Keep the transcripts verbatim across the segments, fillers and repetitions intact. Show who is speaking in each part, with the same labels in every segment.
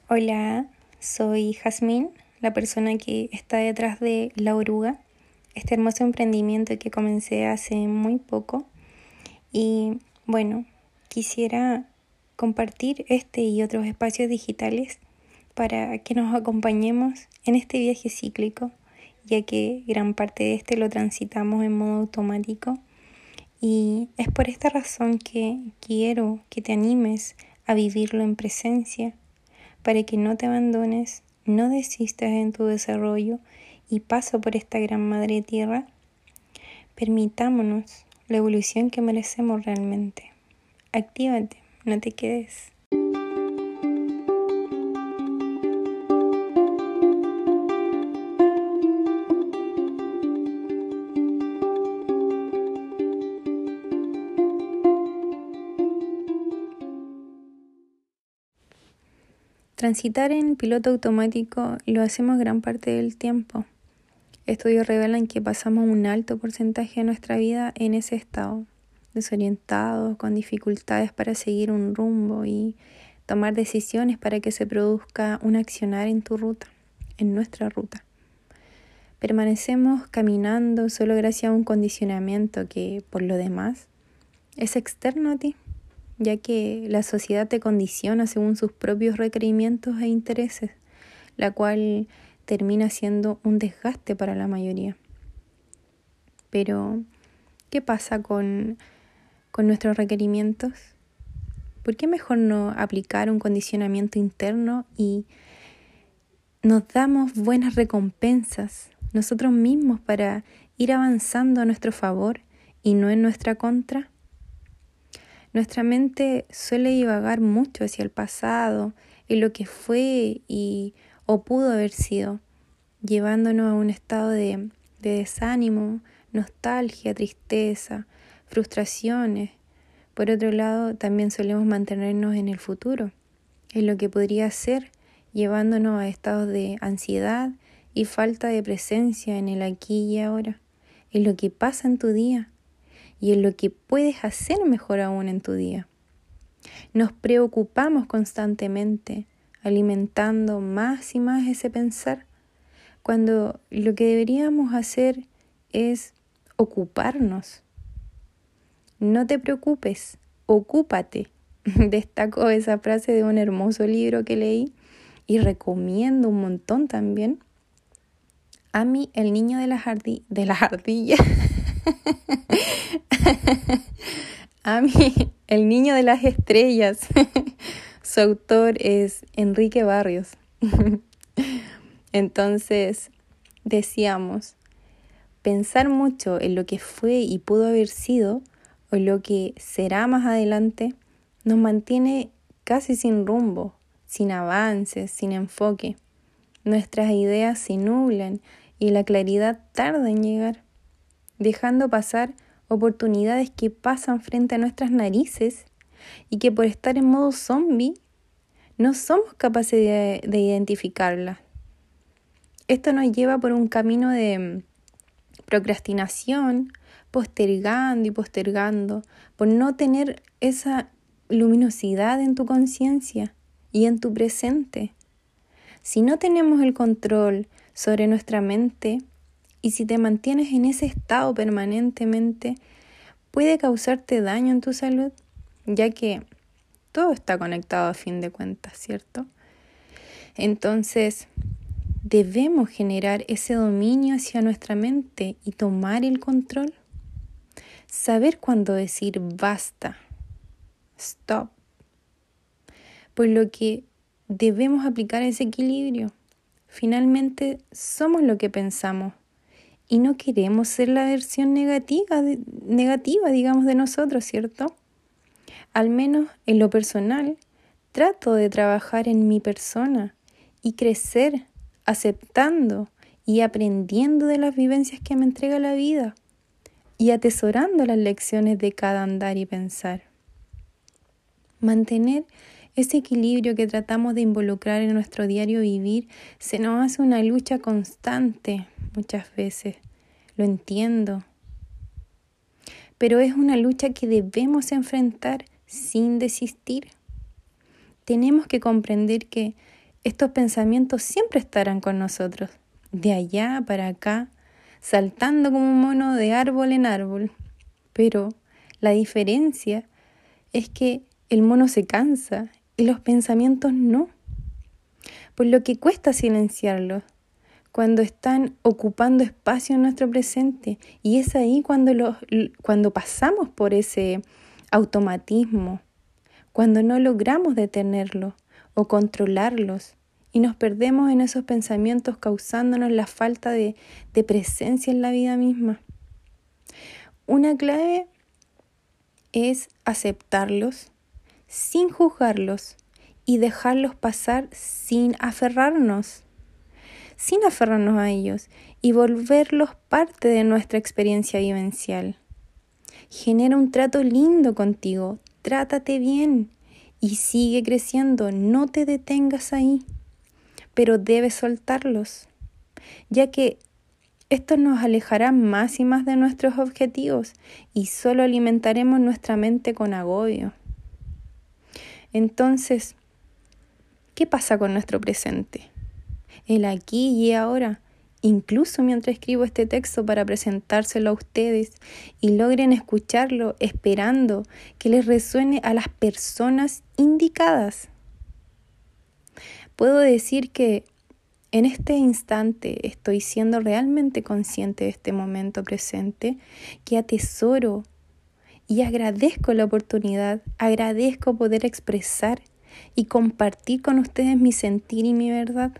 Speaker 1: Hola, soy Jazmín, la persona que está detrás de La Oruga, este hermoso emprendimiento que comencé hace muy poco. Y bueno, quisiera compartir este y otros espacios digitales para que nos acompañemos en este viaje cíclico, ya que gran parte de este lo transitamos en modo automático. Y es por esta razón que quiero que te animes a vivirlo en presencia, para que no te abandones, no desistas en tu desarrollo y paso por esta gran madre tierra. Permitámonos la evolución que merecemos realmente. Actívate, no te quedes. Transitar en piloto automático lo hacemos gran parte del tiempo. Estudios revelan que pasamos un alto porcentaje de nuestra vida en ese estado, desorientados, con dificultades para seguir un rumbo y tomar decisiones para que se produzca un accionar en tu ruta, en nuestra ruta. Permanecemos caminando solo gracias a un condicionamiento que, por lo demás, es externo a ti, ya que la sociedad te condiciona según sus propios requerimientos e intereses, la cual termina siendo un desgaste para la mayoría. Pero, ¿qué pasa con, con nuestros requerimientos? ¿Por qué mejor no aplicar un condicionamiento interno y nos damos buenas recompensas nosotros mismos para ir avanzando a nuestro favor y no en nuestra contra? Nuestra mente suele divagar mucho hacia el pasado, en lo que fue y o pudo haber sido, llevándonos a un estado de, de desánimo, nostalgia, tristeza, frustraciones. Por otro lado, también solemos mantenernos en el futuro, en lo que podría ser, llevándonos a estados de ansiedad y falta de presencia en el aquí y ahora, en lo que pasa en tu día y en lo que puedes hacer mejor aún en tu día. Nos preocupamos constantemente, alimentando más y más ese pensar, cuando lo que deberíamos hacer es ocuparnos. No te preocupes, ocúpate. Destaco esa frase de un hermoso libro que leí y recomiendo un montón también. Amy, el niño de las ardi- de las ardillas. Amy, el niño de las estrellas. Su autor es Enrique Barrios. Entonces, decíamos, pensar mucho en lo que fue y pudo haber sido, o lo que será más adelante, nos mantiene casi sin rumbo, sin avances, sin enfoque. Nuestras ideas se nublan y la claridad tarda en llegar, dejando pasar oportunidades que pasan frente a nuestras narices y que por estar en modo zombie no somos capaces de, de identificarlas. Esto nos lleva por un camino de procrastinación, postergando y postergando, por no tener esa luminosidad en tu conciencia y en tu presente. Si no tenemos el control sobre nuestra mente y si te mantienes en ese estado permanentemente, puede causarte daño en tu salud, ya que todo está conectado a fin de cuentas, ¿cierto? Entonces, debemos generar ese dominio hacia nuestra mente y tomar el control. Saber cuándo decir basta, stop. Por lo que debemos aplicar ese equilibrio. Finalmente, somos lo que pensamos y no queremos ser la versión negativa, de, negativa, digamos, de nosotros, ¿cierto? Al menos en lo personal, trato de trabajar en mi persona y crecer aceptando y aprendiendo de las vivencias que me entrega la vida y atesorando las lecciones de cada andar y pensar. Mantener ese equilibrio que tratamos de involucrar en nuestro diario vivir se nos hace una lucha constante muchas veces, lo entiendo, pero es una lucha que debemos enfrentar sin desistir. Tenemos que comprender que estos pensamientos siempre estarán con nosotros, de allá para acá, saltando como un mono de árbol en árbol. Pero la diferencia es que el mono se cansa y los pensamientos no, por lo que cuesta silenciarlos cuando están ocupando espacio en nuestro presente. Y es ahí cuando, los, cuando pasamos por ese automatismo, cuando no logramos detenerlos o controlarlos y nos perdemos en esos pensamientos causándonos la falta de, de presencia en la vida misma. Una clave es aceptarlos sin juzgarlos y dejarlos pasar sin aferrarnos, sin aferrarnos a ellos y volverlos parte de nuestra experiencia vivencial. Genera un trato lindo contigo, trátate bien y sigue creciendo, no te detengas ahí, pero debes soltarlos, ya que esto nos alejará más y más de nuestros objetivos y solo alimentaremos nuestra mente con agobio. Entonces, ¿qué pasa con nuestro presente? El aquí y ahora, incluso mientras escribo este texto para presentárselo a ustedes y logren escucharlo esperando que les resuene a las personas indicadas. Puedo decir que en este instante estoy siendo realmente consciente de este momento presente, que atesoro y agradezco la oportunidad, agradezco poder expresar y compartir con ustedes mi sentir y mi verdad.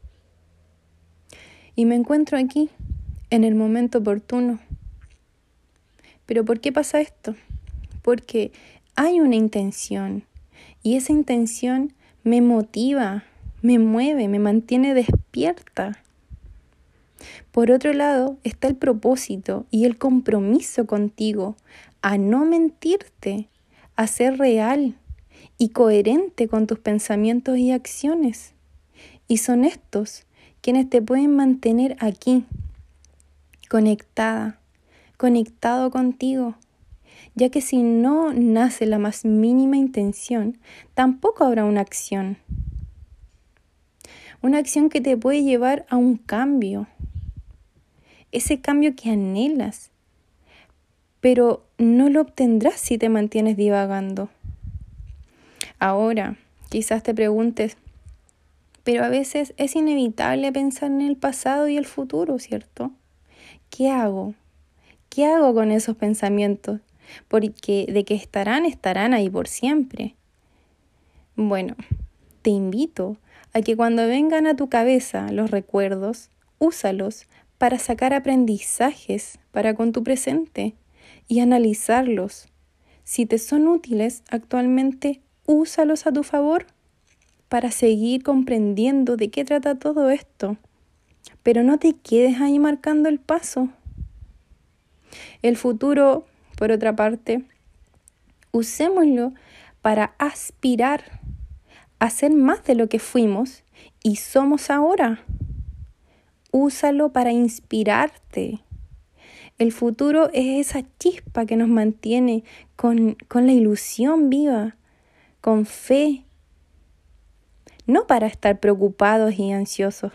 Speaker 1: Y me encuentro aquí, en el momento oportuno. ¿Pero por qué pasa esto? Porque hay una intención y esa intención me motiva, me mueve, me mantiene despierta. Por otro lado, está el propósito y el compromiso contigo a no mentirte, a ser real y coherente con tus pensamientos y acciones. Y son estos quienes te pueden mantener aquí, conectada, conectado contigo, ya que si no nace la más mínima intención, tampoco habrá una acción. Una acción que te puede llevar a un cambio, ese cambio que anhelas, pero no lo obtendrás si te mantienes divagando. Ahora, quizás te preguntes, pero a veces es inevitable pensar en el pasado y el futuro, ¿cierto? ¿Qué hago? ¿Qué hago con esos pensamientos? Porque de que estarán, estarán ahí por siempre. Bueno, te invito a que cuando vengan a tu cabeza los recuerdos, úsalos para sacar aprendizajes para con tu presente y analizarlos. Si te son útiles actualmente, úsalos a tu favor para seguir comprendiendo de qué trata todo esto. Pero no te quedes ahí marcando el paso. El futuro, por otra parte, usémoslo para aspirar a ser más de lo que fuimos y somos ahora. Úsalo para inspirarte. El futuro es esa chispa que nos mantiene con, con la ilusión viva, con fe, no para estar preocupados y ansiosos.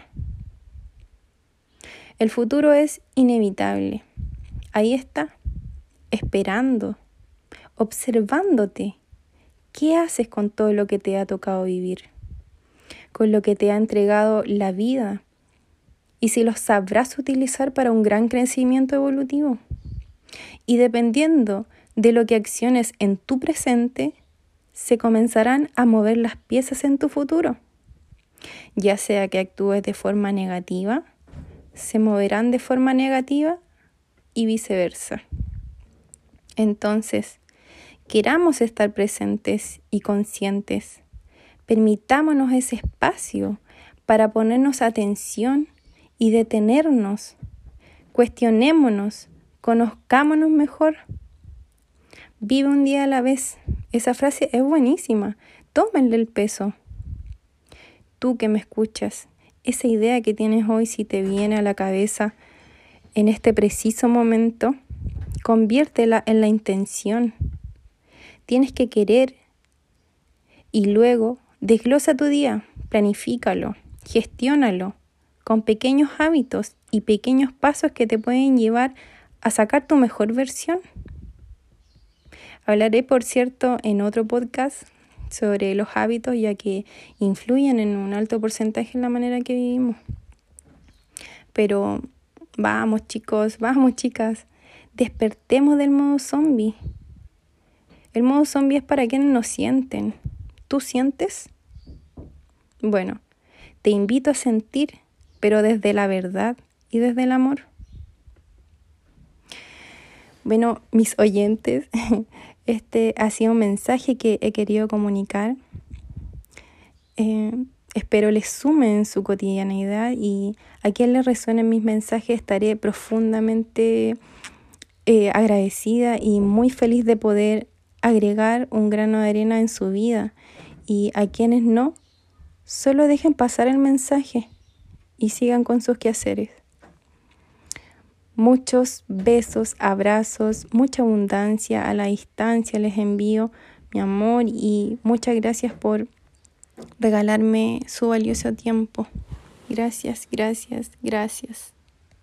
Speaker 1: El futuro es inevitable. Ahí está, esperando, observándote. ¿Qué haces con todo lo que te ha tocado vivir? Con lo que te ha entregado la vida. Y si lo sabrás utilizar para un gran crecimiento evolutivo. Y dependiendo de lo que acciones en tu presente, se comenzarán a mover las piezas en tu futuro. Ya sea que actúes de forma negativa, se moverán de forma negativa y viceversa. Entonces, queramos estar presentes y conscientes. Permitámonos ese espacio para ponernos atención y detenernos. Cuestionémonos, conozcámonos mejor. Vive un día a la vez. Esa frase es buenísima. Tómenle el peso. Tú que me escuchas, esa idea que tienes hoy, si te viene a la cabeza en este preciso momento, conviértela en la intención. Tienes que querer y luego desglosa tu día. planifícalo, gestiónalo con pequeños hábitos y pequeños pasos que te pueden llevar a sacar tu mejor versión. Hablaré, por cierto, en otro podcast sobre los hábitos, ya que influyen en un alto porcentaje en la manera que vivimos. Pero vamos, chicos, vamos, chicas, despertemos del modo zombie. El modo zombie es para quienes no sienten. ¿Tú sientes? Bueno, te invito a sentir, pero desde la verdad y desde el amor. Bueno, mis oyentes, este ha sido un mensaje que he querido comunicar. Eh, espero les sume en su cotidianeidad y a quien les resuenen mis mensajes estaré profundamente eh, agradecida y muy feliz de poder agregar un grano de arena en su vida. Y a quienes no, solo dejen pasar el mensaje y sigan con sus quehaceres. Muchos besos, abrazos, mucha abundancia a la distancia les envío, mi amor, y muchas gracias por regalarme su valioso tiempo. Gracias, gracias, gracias.